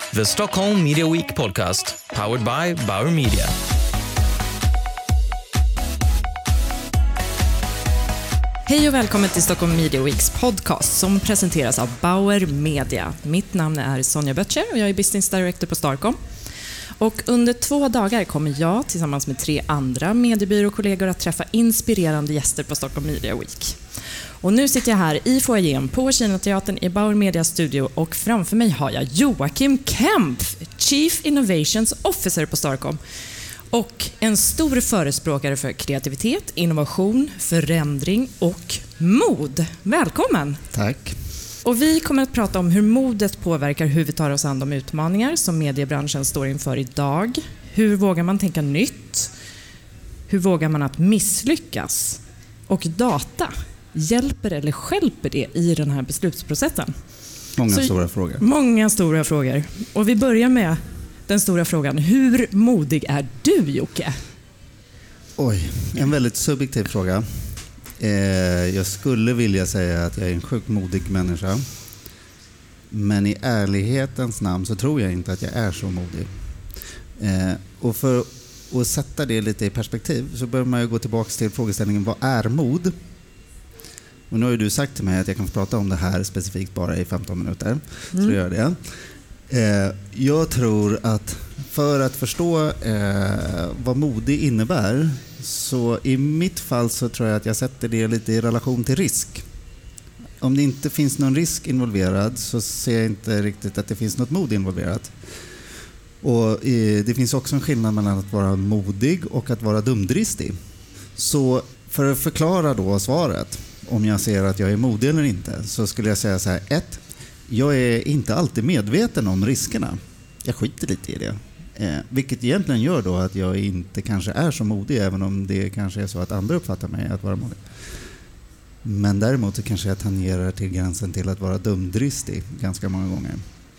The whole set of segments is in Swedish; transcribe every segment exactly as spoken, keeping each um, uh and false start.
The Stockholm Media Week podcast, powered by Bauer Media. Hej och välkommen till Stockholm Media Weeks podcast som presenteras av Bauer Media. Mitt namn är Sonja Böttcher och jag är Business Director på Starcom. Och under två dagar kommer jag tillsammans med tre andra mediebyråkollegor att träffa inspirerande gäster på Stockholm Media Week. Och nu sitter jag här i foajén på Kinateatern i Bauer Media Studio och framför mig har jag Joakim Kemp, Chief Innovations Officer på Starcom. Och en stor förespråkare för kreativitet, innovation, förändring och mod. Välkommen! Tack. Och vi kommer att prata om hur modet påverkar hur vi tar oss an de utmaningar som mediebranschen står inför idag. Hur vågar man tänka nytt? Hur vågar man att misslyckas? Och data, hjälper eller stjälper det i den här beslutsprocessen? Många Så, stora frågor. Många stora frågor. Och vi börjar med den stora frågan. Hur modig är du, Jocke? Oj, en väldigt subjektiv fråga. Eh, jag skulle vilja säga att jag är en sjukt modig människa. Men i ärlighetens namn så tror jag inte att jag är så modig. Eh, och för att sätta det lite i perspektiv så bör man ju gå tillbaka till frågeställningen: vad är mod? Och nu har ju du sagt till mig att jag kan få prata om det här specifikt bara i femton minuter. Mm. Så gör det. Eh, jag tror att för att förstå eh, vad modig innebär, så i mitt fall så tror jag att jag sätter det lite i relation till risk. Om det inte finns någon risk involverad så ser jag inte riktigt att det finns något mod involverat. Och eh, det finns också en skillnad mellan att vara modig och att vara dumdristig. Så för att förklara då svaret, om jag ser att jag är modig eller inte, så skulle jag säga så här: ett, jag är inte alltid medveten om riskerna. Jag skiter lite i det. Eh, vilket egentligen gör då att jag inte kanske är så modig, även om det kanske är så att andra uppfattar mig att vara modig. Men däremot så kanske jag tangerar till gränsen till att vara dumdristig ganska många gånger.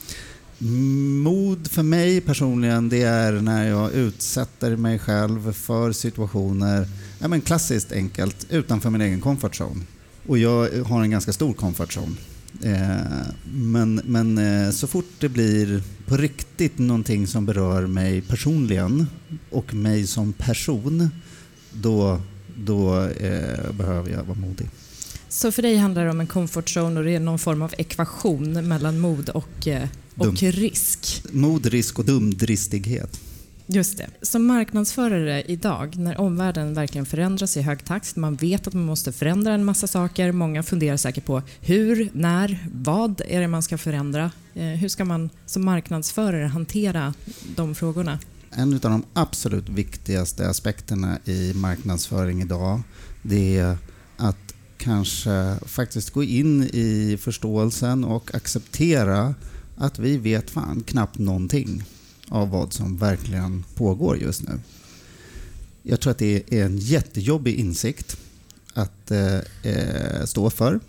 Mod för mig personligen, det är när jag utsätter mig själv för situationer, ja men klassiskt enkelt, utanför min egen comfort zone. Och jag har en ganska stor comfort zone. Men, men så fort det blir på riktigt någonting som berör mig personligen och mig som person, då, då eh, behöver jag vara modig. Så för dig handlar det om en comfort zone och det är någon form av ekvation mellan mod och, och risk? Mod, risk och dumdristighet. Just det. Som marknadsförare idag, när omvärlden verkligen förändras i hög takt, man vet att man måste förändra en massa saker, många funderar säkert på hur, när, vad är det man ska förändra? Hur ska man som marknadsförare hantera de frågorna? En av de absolut viktigaste aspekterna i marknadsföring idag, det är att kanske faktiskt gå in i förståelsen och acceptera att vi vet fan knappt någonting av vad som verkligen pågår just nu. Jag tror att det är en jättejobbig insikt att eh, stå för.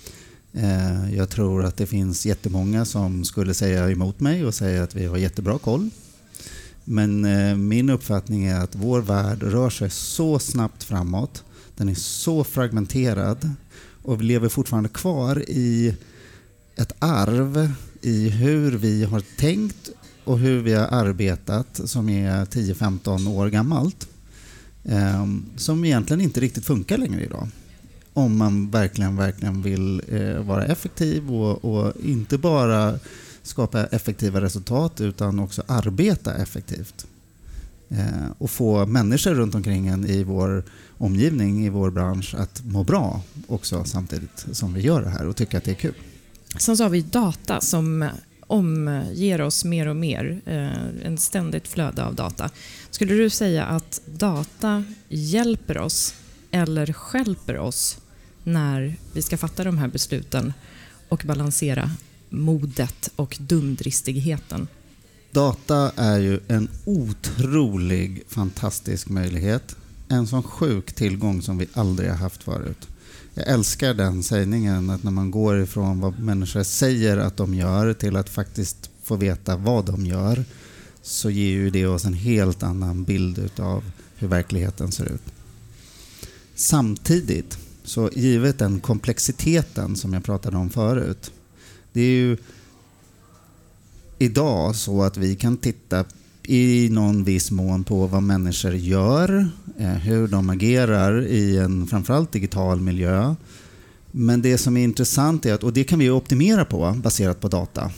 Eh, jag tror att det finns jättemånga som skulle säga emot mig och säga att vi har jättebra koll. Men eh, min uppfattning är att vår värld rör sig så snabbt framåt. Den är så fragmenterad och vi lever fortfarande kvar i ett arv i hur vi har tänkt och hur vi har arbetat som är tio femton år gammalt, eh, som egentligen inte riktigt funkar längre idag. Om man verkligen, verkligen vill eh, vara effektiv och, och inte bara skapa effektiva resultat utan också arbeta effektivt. Eh, och få människor runt omkring en i vår omgivning, i vår bransch att må bra också samtidigt som vi gör det här och tycka att det är kul. Sen så har vi data som omger oss mer och mer, en ständigt flöde av data. Skulle du säga att data hjälper oss eller stjälper oss när vi ska fatta de här besluten och balansera modet och dumdristigheten? Data är ju en otrolig, fantastisk möjlighet. En sån sjuk tillgång som vi aldrig har haft förut. Jag älskar den sägningen, att när man går ifrån vad människor säger att de gör till att faktiskt få veta vad de gör, så ger ju det oss en helt annan bild av hur verkligheten ser ut. Samtidigt, så givet den komplexiteten som jag pratade om förut, det är ju idag så att vi kan titta i någon viss mån på vad människor gör, hur de agerar i en framförallt digital miljö. Men det som är intressant är att, och det kan vi optimera på baserat på data.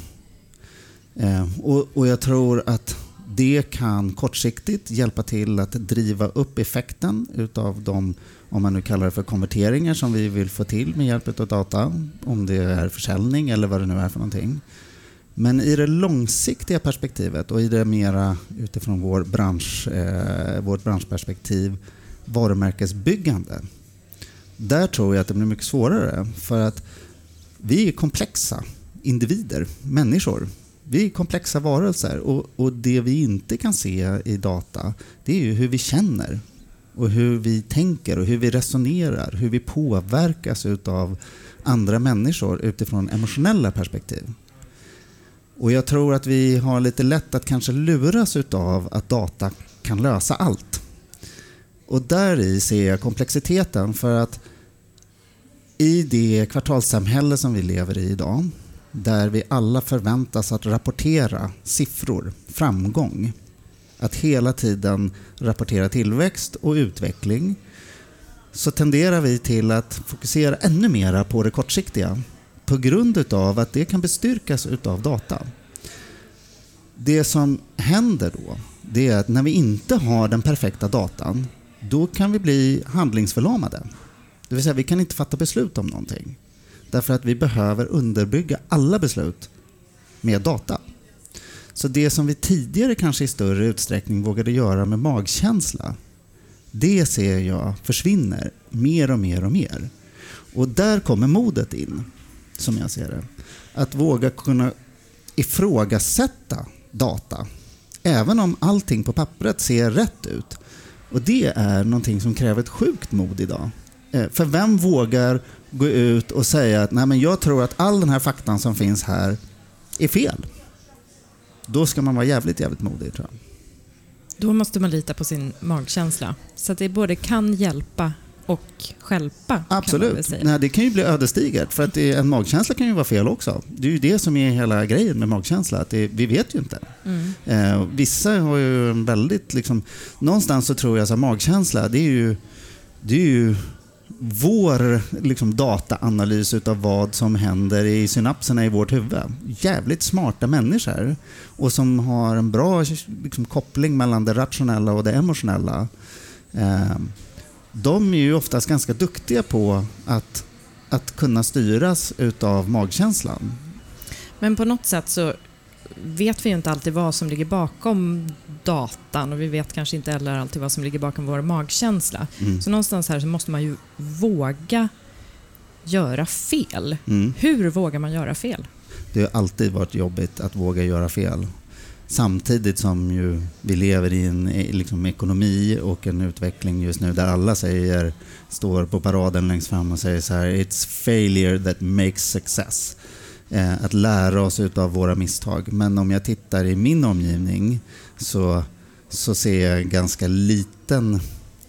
Och, och jag tror att det kan kortsiktigt hjälpa till att driva upp effekten utav de, om man nu kallar det för konverteringar som vi vill få till med hjälp av data. Om det är försäljning eller vad det nu är för någonting. Men i det långsiktiga perspektivet och i det mera utifrån vår bransch, eh, vårt branschperspektiv, varumärkesbyggande. Där tror jag att det blir mycket svårare för att vi är komplexa individer, människor. Vi är komplexa varelser och, och det vi inte kan se i data, det är ju hur vi känner och hur vi tänker och hur vi resonerar, hur vi påverkas av andra människor utifrån emotionella perspektiv. Och jag tror att vi har lite lätt att kanske luras av att data kan lösa allt. Och där i ser jag komplexiteten för att i det kvartalssamhälle som vi lever i idag, där vi alla förväntas att rapportera siffror, framgång, att hela tiden rapportera tillväxt och utveckling, så tenderar vi till att fokusera ännu mer på det kortsiktiga på grund av att det kan bestyrkas av data. Det som händer då, det är att när vi inte har den perfekta datan, då kan vi bli handlingsförlamade. Det vill säga vi kan inte fatta beslut om någonting. Därför att vi behöver underbygga alla beslut med data. Så det som vi tidigare kanske i större utsträckning vågade göra med magkänsla, det ser jag försvinner mer och mer och mer. Och där kommer modet in, som jag ser det. Att våga kunna ifrågasätta data, även om allting på pappret ser rätt ut. Och det är någonting som kräver ett sjukt mod idag. För vem vågar gå ut och säga att nej, men jag tror att all den här faktan som finns här är fel? Då ska man vara jävligt, jävligt modig, tror jag. Då måste man lita på sin magkänsla. Så att det både kan hjälpa och stjälpa. Absolut. Kan nej, det kan ju bli ödesdigert. För att det, en magkänsla kan ju vara fel också. Det är ju det som är hela grejen med magkänsla. Att det, vi vet ju inte. Mm. Eh, vissa har ju en väldigt... Liksom, någonstans så tror jag att magkänsla, det är ju... Det är ju vår liksom, dataanalys av vad som händer i synapserna i vårt huvud. Jävligt smarta människor och som har en bra liksom, koppling mellan det rationella och det emotionella. Eh, de är ju oftast ganska duktiga på att, att kunna styras utav magkänslan. Men på något sätt så vet vi ju inte alltid vad som ligger bakom datan och vi vet kanske inte heller alltid vad som ligger bakom vår magkänsla. Mm. Så någonstans här så måste man ju våga göra fel. Mm. Hur vågar man göra fel? Det har alltid varit jobbigt att våga göra fel. Samtidigt som ju vi lever i en liksom, ekonomi och en utveckling just nu där alla säger, står på paraden längst fram och säger så här: it's failure that makes success. Eh, att lära oss av våra misstag. Men om jag tittar i min omgivning så, så ser jag ganska liten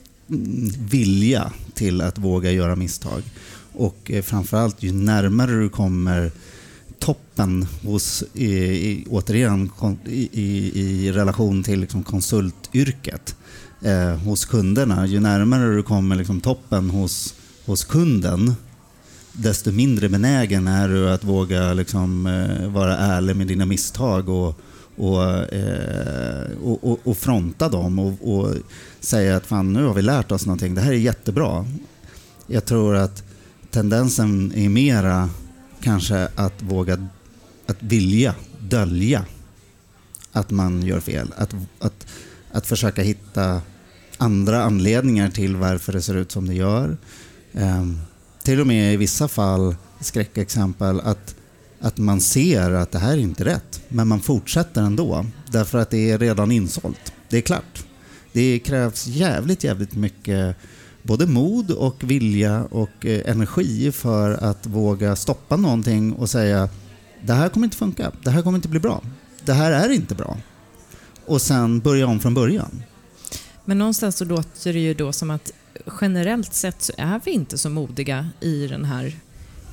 vilja till att våga göra misstag. Och eh, framförallt ju närmare du kommer toppen hos, i, i, återigen i, i, i relation till liksom konsultyrket eh, hos kunderna, ju närmare du kommer liksom toppen hos, hos kunden, desto mindre benägen är du att våga liksom, eh, vara ärlig med dina misstag och, och, eh, och, och, och fronta dem och, och säga att fan, nu har vi lärt oss någonting, det här är jättebra. Jag tror att tendensen är mera kanske att våga, att vilja dölja att man gör fel. Att, att, att försöka hitta andra anledningar till varför det ser ut som det gör. Um, till och med i vissa fall, skräckexempel, att, att man ser att det här är inte rätt. Men man fortsätter ändå. Därför att det är redan insålt. Det är klart. Det krävs jävligt, jävligt mycket både mod och vilja och eh, energi för att våga stoppa någonting och säga det här kommer inte funka, det här kommer inte bli bra, det här är inte bra. Och sen börja om från början. Men någonstans så låter det ju då som att generellt sett så är vi inte så modiga i den här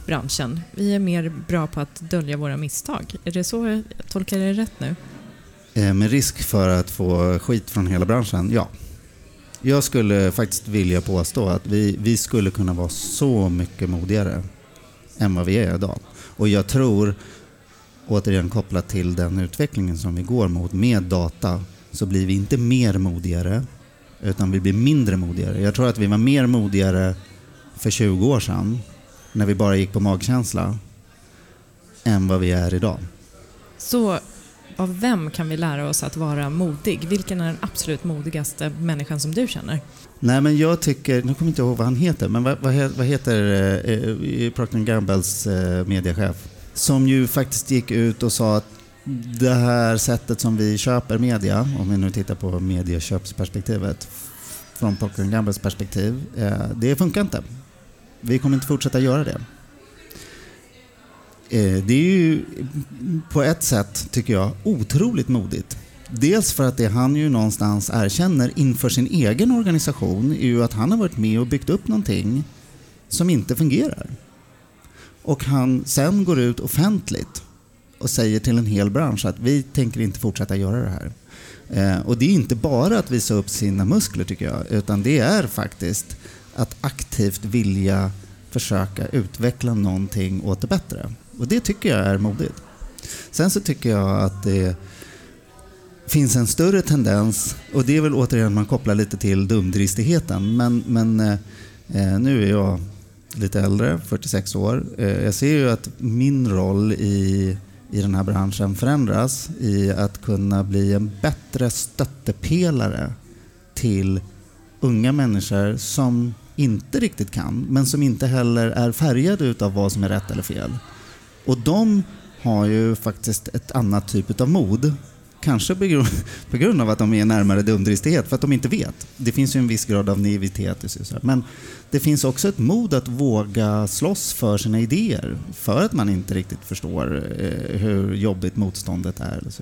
branschen. Vi är mer bra på att dölja våra misstag. Är det så jag tolkar det rätt nu? Eh, med risk för att få skit från hela branschen, ja. Jag skulle faktiskt vilja påstå att vi, vi skulle kunna vara så mycket modigare än vad vi är idag. Och jag tror, återigen kopplat till den utvecklingen som vi går mot med data, så blir vi inte mer modigare utan vi blir mindre modigare. Jag tror att vi var mer modigare för tjugo år sedan när vi bara gick på magkänsla än vad vi är idag. Så av vem kan vi lära oss att vara modig? Vilken är den absolut modigaste människan som du känner? Nej, men jag tycker, nu kommer jag inte ihåg vad han heter, men vad, vad, vad heter eh, Procter and Gambles eh, mediechef? Som ju faktiskt gick ut och sa att det här sättet som vi köper media, om vi nu tittar på medieköpsperspektivet från Procter and Gambles perspektiv, eh, det funkar inte. Vi kommer inte fortsätta göra det. Eh, det är ju på ett sätt, tycker jag, otroligt modigt. Dels för att det han ju någonstans erkänner inför sin egen organisation är ju att han har varit med och byggt upp någonting som inte fungerar. Och han sen går ut offentligt och säger till en hel bransch att vi tänker inte fortsätta göra det här. Eh, och det är inte bara att visa upp sina muskler, tycker jag, utan det är faktiskt att aktivt vilja försöka utveckla någonting åt det bättre. Och det tycker jag är modigt. Sen så tycker jag att det finns en större tendens, och det är väl återigen man kopplar lite till dumdristigheten, men, men eh, nu är jag lite äldre, fyrtiosex år. Eh, jag ser ju att min roll i, i den här branschen förändras i att kunna bli en bättre stöttepelare till unga människor som inte riktigt kan, men som inte heller är färgade utav vad som är rätt eller fel. Och de har ju faktiskt ett annat typ av mod. Kanske på grund, på grund av att de är närmare dumdristighet, för att de inte vet. Det finns ju en viss grad av naivitet. Men det finns också ett mod att våga slåss för sina idéer, för att man inte riktigt förstår eh, hur jobbigt motståndet är. Eller så.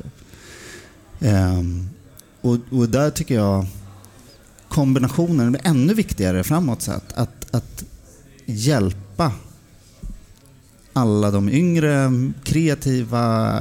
Ehm, och, och där tycker jag kombinationen är ännu viktigare framåt sett. Att, att hjälpa alla de yngre, kreativa,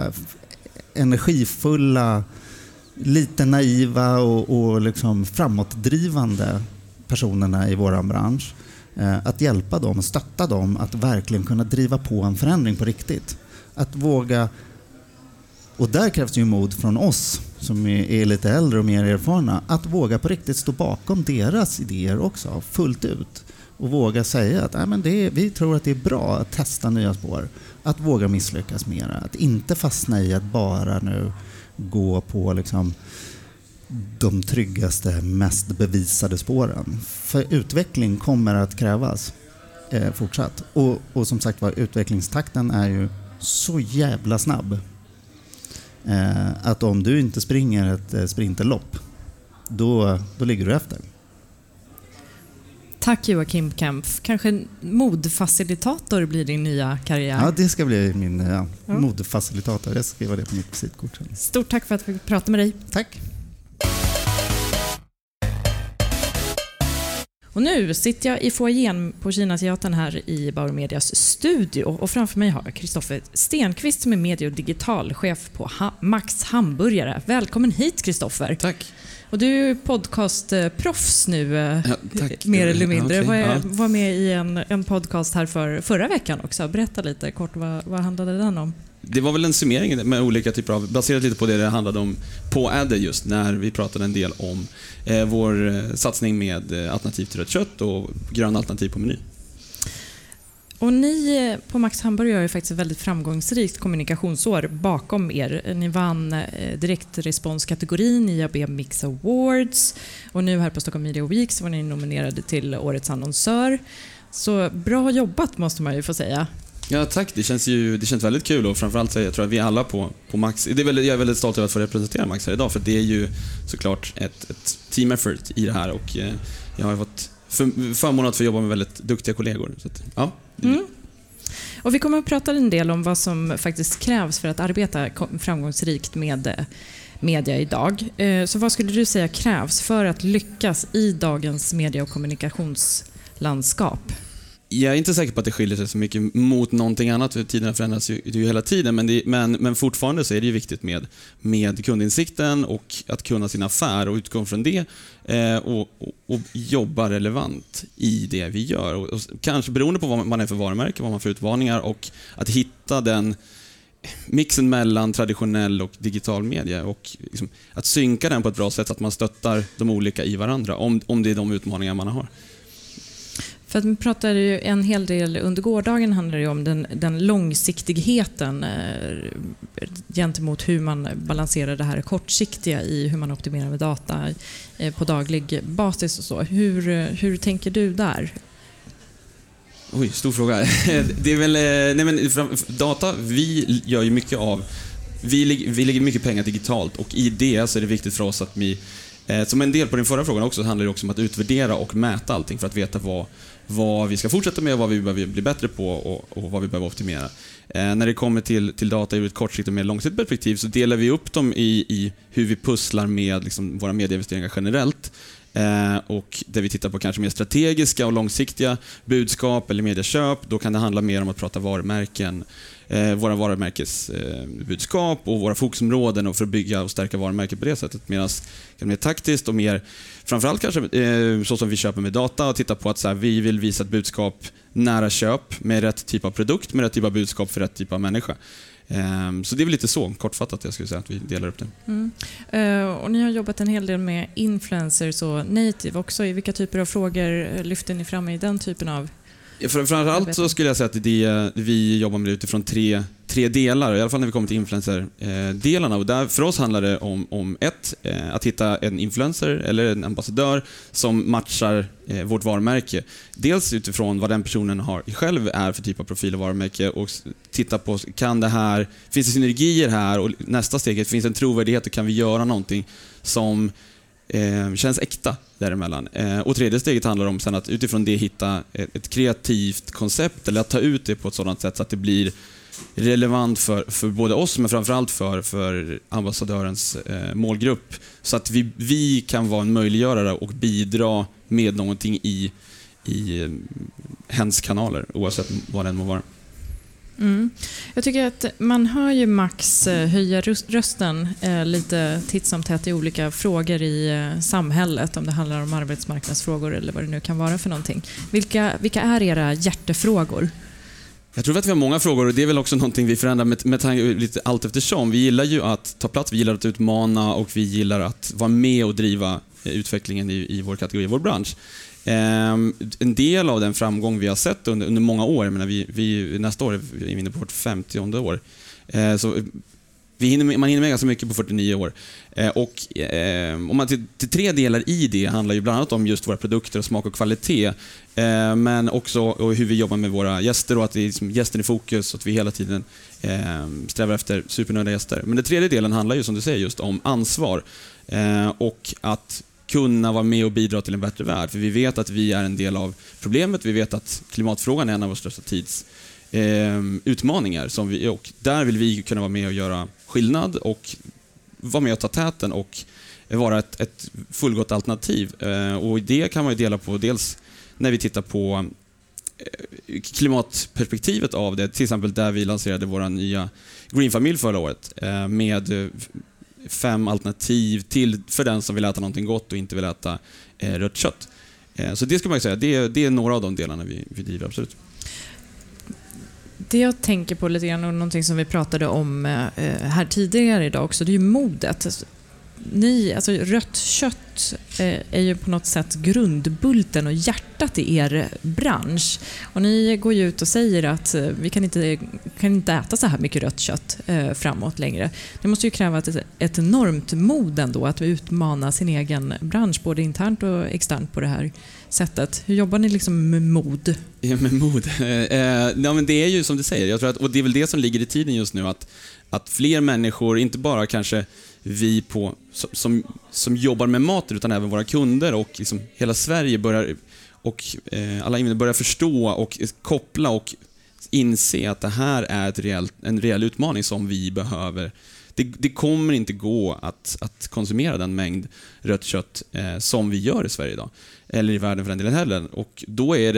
energifulla, lite naiva och, och liksom framåtdrivande personerna i våran bransch. Eh, att hjälpa dem, stötta dem att verkligen kunna driva på en förändring på riktigt. Att våga, och där krävs det ju mod från oss som är, är lite äldre och mer erfarna, att våga på riktigt stå bakom deras idéer också, fullt ut. Och våga säga att nej, men det är, vi tror att det är bra att testa nya spår. Att våga misslyckas mer. Att inte fastna i att bara nu gå på liksom de tryggaste, mest bevisade spåren. För utveckling kommer att krävas eh, fortsatt. Och, och som sagt var, utvecklingstakten är ju så jävla snabb. Eh, att om du inte springer ett eh, sprinterlopp, då, då ligger du efter. Tack Joakim Kempf. Kanske en modfacilitator blir din nya karriär. Ja, det ska bli min ja, ja. modfacilitator. Jag ska skriva det på mitt visitkort. Stort tack för att vi pratade med dig. Tack. Och nu sitter jag i foajén på Kinateatern här i Bauer Medias studio. Och framför mig har jag Kristoffer Stenqvist som är medie- och digitalchef på ha- Max Hamburgare. Välkommen hit, Kristoffer. Tack. Och du är ju podcastproffs nu, ja, tack. mer eller mindre. Ja, okay. var, ja. var med i en, en podcast här för förra veckan också. Berätta lite kort, vad, vad handlade den om? Det var väl en summering med olika typer av, baserat lite på det det handlade om på Adder just, när vi pratade en del om eh, vår eh, satsning med eh, alternativ till rött kött och gröna alternativ på meny. Och ni på Max Hamburgare har ju faktiskt ett väldigt framgångsrikt kommunikationsår bakom er. Ni vann eh, direktresponskategorin i A B Mix Awards och nu här på Stockholm Media Week så var ni nominerade till Årets annonsör. Så bra jobbat måste man ju få säga. Ja, tack. Det känns ju det känns väldigt kul och framförallt så jag tror att vi alla på, på Max, det är väldigt, jag är väldigt stolt över att få representera Max här idag, för det är ju såklart ett, ett team effort i det här och eh, jag har fått för, förmånen att få jobba med väldigt duktiga kollegor. Så att, ja. Mm. Och vi kommer att prata en del om vad som faktiskt krävs för att arbeta framgångsrikt med media idag. Så vad skulle du säga krävs för att lyckas i dagens media- och kommunikationslandskap? Jag är inte säker på att det skiljer sig så mycket mot någonting annat, för tiderna förändras ju, ju hela tiden, men, det, men, men fortfarande så är det ju viktigt med, med kundinsikten och att kunna sin affär och utgå från det eh, och, och, och jobba relevant i det vi gör. Och, och kanske beroende på vad man är för varumärke, vad man får utmaningar, och att hitta den mixen mellan traditionell och digital media och liksom, att synka den på ett bra sätt så att man stöttar de olika i varandra, om, om det är de utmaningar man har. För att vi pratade ju en hel del under gårdagen, handlar det om den, den långsiktigheten eh, gentemot hur man balanserar det här kortsiktiga i hur man optimerar med data eh, på daglig basis och så. Hur, hur tänker du där? Oj, stor fråga. Det är väl, nej men, data, vi gör ju mycket av, vi, vi lägger mycket pengar digitalt, och i det så är det viktigt för oss att vi, eh, som en del på din förra frågan också, handlar det också om att utvärdera och mäta allting för att veta vad, vad vi ska fortsätta med, vad vi behöver bli bättre på och, och vad vi behöver optimera. Eh, när det kommer till, till data ur ett kortsiktigt och mer långsiktigt perspektiv så delar vi upp dem i, i hur vi pusslar med liksom, våra medieinvesteringar generellt. Eh, och där vi tittar på kanske mer strategiska och långsiktiga budskap eller medieköp, då kan det handla mer om att prata varumärken, eh, våra varumärkesbudskap eh, och våra fokusområden, och för att bygga och stärka varumärken på det sättet. Medan det är mer taktiskt och mer, framförallt kanske eh, så som vi köper med data, och titta på att så här, vi vill visa ett budskap nära köp med rätt typ av produkt, med rätt typ av budskap för rätt typ av människa. Så det är väl lite så kortfattat jag skulle säga att vi delar upp det. Mm. Uh, och ni har jobbat en hel del med influencers och native också. I vilka typer av frågor lyfter ni fram i den typen av? Ja, framförallt så skulle jag säga att det, vi jobbar med det utifrån tre, tre delar, i alla fall när vi kommer till influencer-delarna. Och där, för oss handlar det om, om ett, att hitta en influencer eller en ambassadör som matchar vårt varumärke. Dels utifrån vad den personen har själv är för typ av profil och varumärke, och titta på, kan det här, finns det synergier här, och nästa steg, finns det en trovärdighet och kan vi göra någonting som Eh, känns äkta däremellan. Eh, och tredje steget handlar om sen att utifrån det hitta ett, ett kreativt koncept, eller att ta ut det på ett sådant sätt så att det blir relevant för, för både oss, men framförallt för, för ambassadörens eh, målgrupp, så att vi, vi kan vara en möjliggörare och bidra med någonting i, i eh, hens kanaler, oavsett vad den må vara. Mm. Jag tycker att man hör ju Max höja rösten eh, lite titt som tätt i olika frågor i eh, samhället, om det handlar om arbetsmarknadsfrågor eller vad det nu kan vara för någonting. Vilka, vilka är era hjärtefrågor? Jag tror att vi har många frågor, och det är väl också någonting vi förändrar med, med tanke lite allt eftersom. Vi gillar ju att ta plats, vi gillar att utmana, och vi gillar att vara med och driva eh, utvecklingen i, i vår kategori, i vår bransch. Um, en del av den framgång vi har sett under, under många år, men vi, vi, nästa år är vi inne på vårt femtionde år, uh, så vi hinner, man hinner med ganska mycket på fyrtionio år. Uh, och uh, om man till, till tre delar i det handlar ju bland annat om just våra produkter och smak och kvalitet, uh, men också och hur vi jobbar med våra gäster, och att det är liksom gästen i fokus, och att vi hela tiden uh, strävar efter supernöjda gäster. Men den tredje delen handlar ju, som du säger, just om ansvar, uh, och att kunna vara med och bidra till en bättre värld. För vi vet att vi är en del av problemet. Vi vet att klimatfrågan är en av våra största tids eh, utmaningar. Som vi, och där vill vi kunna vara med och göra skillnad och vara med och ta täten och vara ett, ett fullgott alternativ. Eh, och det kan man ju dela på dels när vi tittar på eh, klimatperspektivet av det. Till exempel där vi lanserade vår nya Green-familj förra året eh, med fem alternativ till för den som vill äta någonting gott och inte vill äta eh, rött kött. Eh, så det ska man ju säga, det är, det är några av de delarna vi, vi driver, absolut. Det jag tänker på lite grann, och någonting som vi pratade om eh, här tidigare idag också, det är ju modet. Ni, alltså rött kött eh, är ju på något sätt grundbulten och hjärtat i er bransch. Och ni går ju ut och säger att eh, vi kan inte, kan inte äta så här mycket rött kött eh, framåt längre. Det måste ju kräva ett, ett enormt mod ändå att utmana sin egen bransch, både internt och externt på det här sättet. Hur jobbar ni liksom med mod? Ja, med mod. Eh, ja, men det är ju som du säger. Jag tror att, och det är väl det som ligger i tiden just nu, att, att fler människor, inte bara kanske vi på, som, som jobbar med mat, utan även våra kunder och liksom hela Sverige börjar, och eh, alla invandrare börjar förstå och koppla och inse att det här är ett reell, en reell utmaning som vi behöver. Det, det kommer inte gå att, att konsumera den mängd rött kött eh, som vi gör i Sverige idag, eller i världen för den delen heller. Och då är det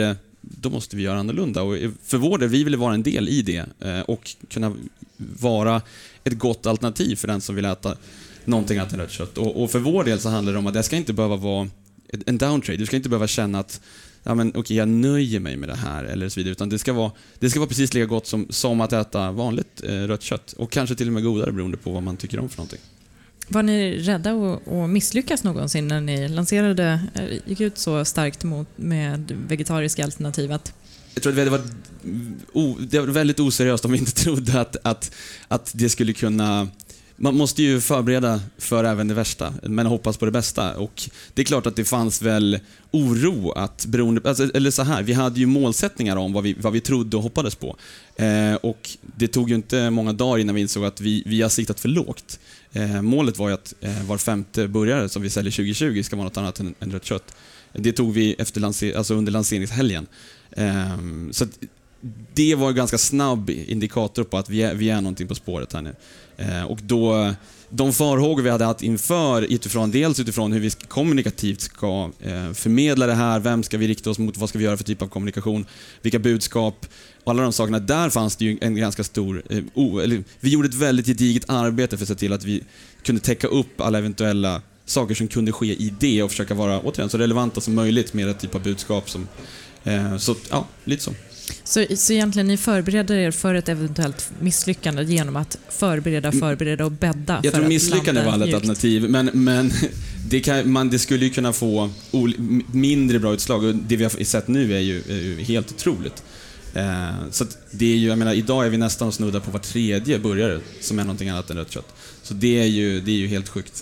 då måste vi göra annorlunda. Och för vår del, vi ville vara en del i det eh, och kunna vara ett gott alternativ för den som vill äta någonting annat än rött kött. Och, och för vår del så handlar det om att det ska inte behöva vara en downtrade. Du ska inte behöva känna att ja, men, okej, jag nöjer mig med det här eller så vidare, utan det ska vara, det ska vara precis lika gott som, som att äta vanligt eh, rött kött. Och kanske till och med godare beroende på vad man tycker om för någonting. Var ni rädda att, att misslyckas någonsin när ni lanserade, gick ut så starkt mot, med vegetariska alternativet? Jag tror att det var, o, det var väldigt oseriöst om vi inte trodde att, att, att det skulle kunna... Man måste ju förbereda för även det värsta, men hoppas på det bästa. Och det är klart att det fanns väl oro att beroende, alltså, eller så här, vi hade ju målsättningar om vad vi, vad vi trodde och hoppades på. Eh, och det tog ju inte många dagar innan vi insåg att vi, vi har siktat för lågt. Eh, målet var ju att eh, var femte burgare som vi säljer tjugo tjugo ska vara något annat än, än rött kött. Det tog vi efter lanser, alltså under lanseringshelgen. Eh, så att, det var en ganska snabb indikator på att vi är, vi är någonting på spåret här nu. Eh, och då, de farhågor vi hade haft inför, utifrån, dels utifrån hur vi kommunikativt ska eh, förmedla det här, vem ska vi rikta oss mot, vad ska vi göra för typ av kommunikation, vilka budskap, och alla de sakerna, där fanns det ju en ganska stor... Eh, oh, eller, vi gjorde ett väldigt gediget arbete för att se till att vi kunde täcka upp alla eventuella saker som kunde ske i det och försöka vara återigen så relevanta som möjligt med ett typ av budskap som... Eh, så ja, lite så. Så, så egentligen ni förbereder er för ett eventuellt misslyckande genom att förbereda, förbereda och bädda. Jag för tror misslyckande var ett alternativ, men, men det, kan, man, det skulle ju kunna få ol, mindre bra utslag, och det vi har sett nu är ju, är ju helt otroligt. Eh, så att det är ju, jag menar, idag är vi nästan snudda på var tredje burgare som är någonting annat än rött kött. Så det är ju, det är ju helt sjukt.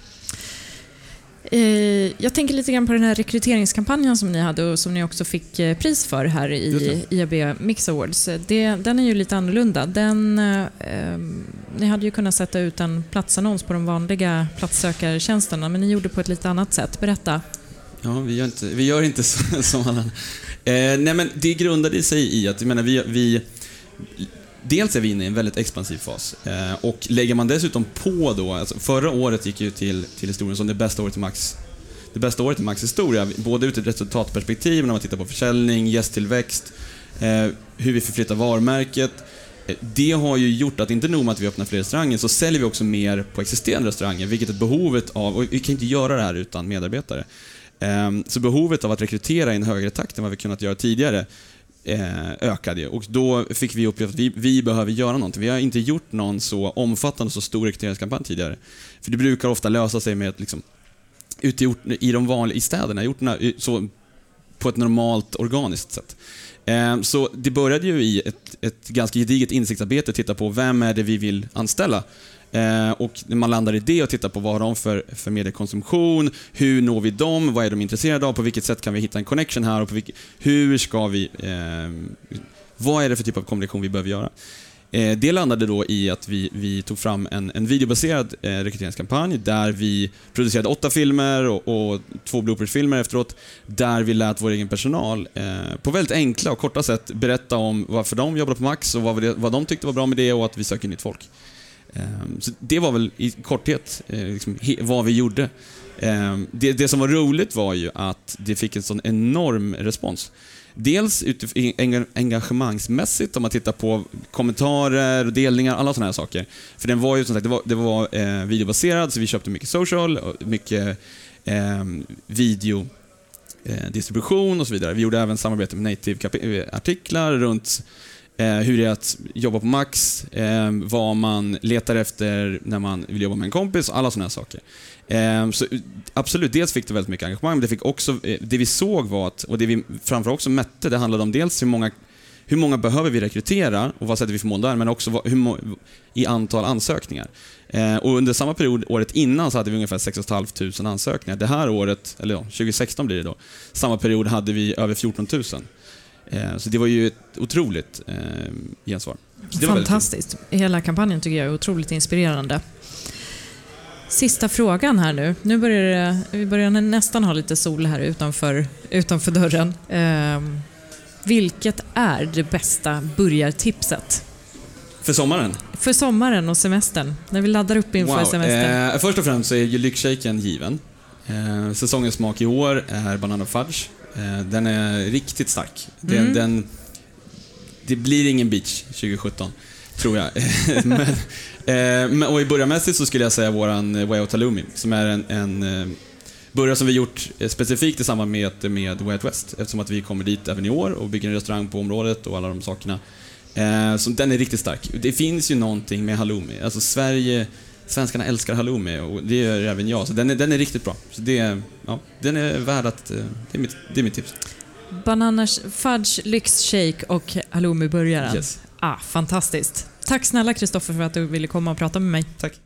Jag tänker lite grann på den här rekryteringskampanjen som ni hade och som ni också fick pris för här i I A B Mix Awards. Det, den är ju lite annorlunda. Den, eh, ni hade ju kunnat sätta ut en platsannons på de vanliga platssökartjänsterna, men ni gjorde på ett lite annat sätt. Berätta. Ja, vi gör inte, vi gör inte så, som alla. Eh, nej, men det grundade sig i att, jag menar, vi... vi dels är vi inne i en väldigt expansiv fas. Eh, och lägger man dessutom på då, alltså förra året gick ju till, till historien som det bästa året i Max, det bästa året i Max historia, både ur ett resultatperspektiv när man tittar på försäljning, gästtillväxt, eh, hur vi förflyttar varumärket. Eh, det har ju gjort att inte nog med att vi öppnar fler restauranger, så säljer vi också mer på existerande restauranger, vilket är behovet av, och vi kan inte göra det här utan medarbetare. Eh, så behovet av att rekrytera i en högre takt än vad vi kunnat göra tidigare ökade, och då fick vi uppgift att vi, vi behöver göra någonting. Vi har inte gjort någon så omfattande, så stor rekryteringskampanj tidigare. För det brukar ofta lösa sig med att liksom, ute i, i de vanliga i städerna, i orterna, så på ett normalt, organiskt sätt. Så det började ju i ett, ett ganska gediget insiktsarbete, titta på vem är det vi vill anställa. Eh, och man landar i det och tittar på vad har de för, för mediekonsumtion, hur når vi dem, vad är de intresserade av, på vilket sätt kan vi hitta en connection här, och på vilket, hur ska vi, eh, vad är det för typ av kommunikation vi behöver göra. Eh, det landade då i att vi, vi tog fram en, en videobaserad eh, rekryteringskampanj där vi producerade åtta filmer och, och två bloopersfilmer efteråt, där vi lät vår egen personal eh, på väldigt enkla och korta sätt berätta om varför de jobbade på Max och vad, det, vad de tyckte var bra med det, och att vi söker nytt folk. Så det var väl i korthet liksom, vad vi gjorde. Det, det som var roligt var ju att det fick en sån enorm respons. Dels utifrån engagemangsmässigt, om man tittar på kommentarer och delningar, alla såna här saker. För den var ju som sagt, det var, det var eh, videobaserad, så vi köpte mycket social, mycket eh, video eh, distribution och så vidare. Vi gjorde även samarbete med native-artiklar runt Eh, hur det är att jobba på Max, eh, vad man letar efter när man vill jobba med en kompis, alla sådana här saker. Eh, så absolut, dels fick det väldigt mycket engagemang, men det fick också, eh, det vi såg var att, och det vi framför också mätte, det handlade om dels hur många, hur många behöver vi rekrytera och vad sätter vi för mål där, men också vad, hur må, i antal ansökningar. Eh, och under samma period, året innan, så hade vi ungefär sex tusen femhundra ansökningar. Det här året, eller ja, tjugo sexton blir det då, samma period hade vi över fjorton tusen. Så det var ju ett otroligt eh, gensvar. Fantastiskt. Hela kampanjen tycker jag är otroligt inspirerande. Sista frågan här nu. Nu börjar det, vi börjar nästan ha lite sol här utanför, utanför dörren. Eh, vilket är det bästa burgartipset? För sommaren? För sommaren och semestern. När vi laddar upp inför wow. semestern. Eh, först och främst så är ju lyxshaken given. Eh, säsongens smak i år är banan och fudge. Eh, den är riktigt stark. Den, Mm. den, det blir ingen beach tjugo sjutton, tror jag. men, eh, men, och i burgarmässigt så skulle jag säga våran Way Out Halloumi, som är en, en eh, burgare som vi gjort eh, specifikt i samband med, med Way Out West, eftersom att vi kommer dit även i år och bygger en restaurang på området och alla de sakerna. Eh, så den är riktigt stark. Det finns ju någonting med halloumi. Alltså Sverige, svenskarna älskar halloumi och det gör även jag. Så den är, den är riktigt bra. Så det, ja, den är värd att... Eh, det, är mitt, det är mitt tips. Bananas fudge, lyxshake och halloumi-burgaren. Yes. Ah, fantastiskt. Tack snälla Kristoffer för att du ville komma och prata med mig. Tack.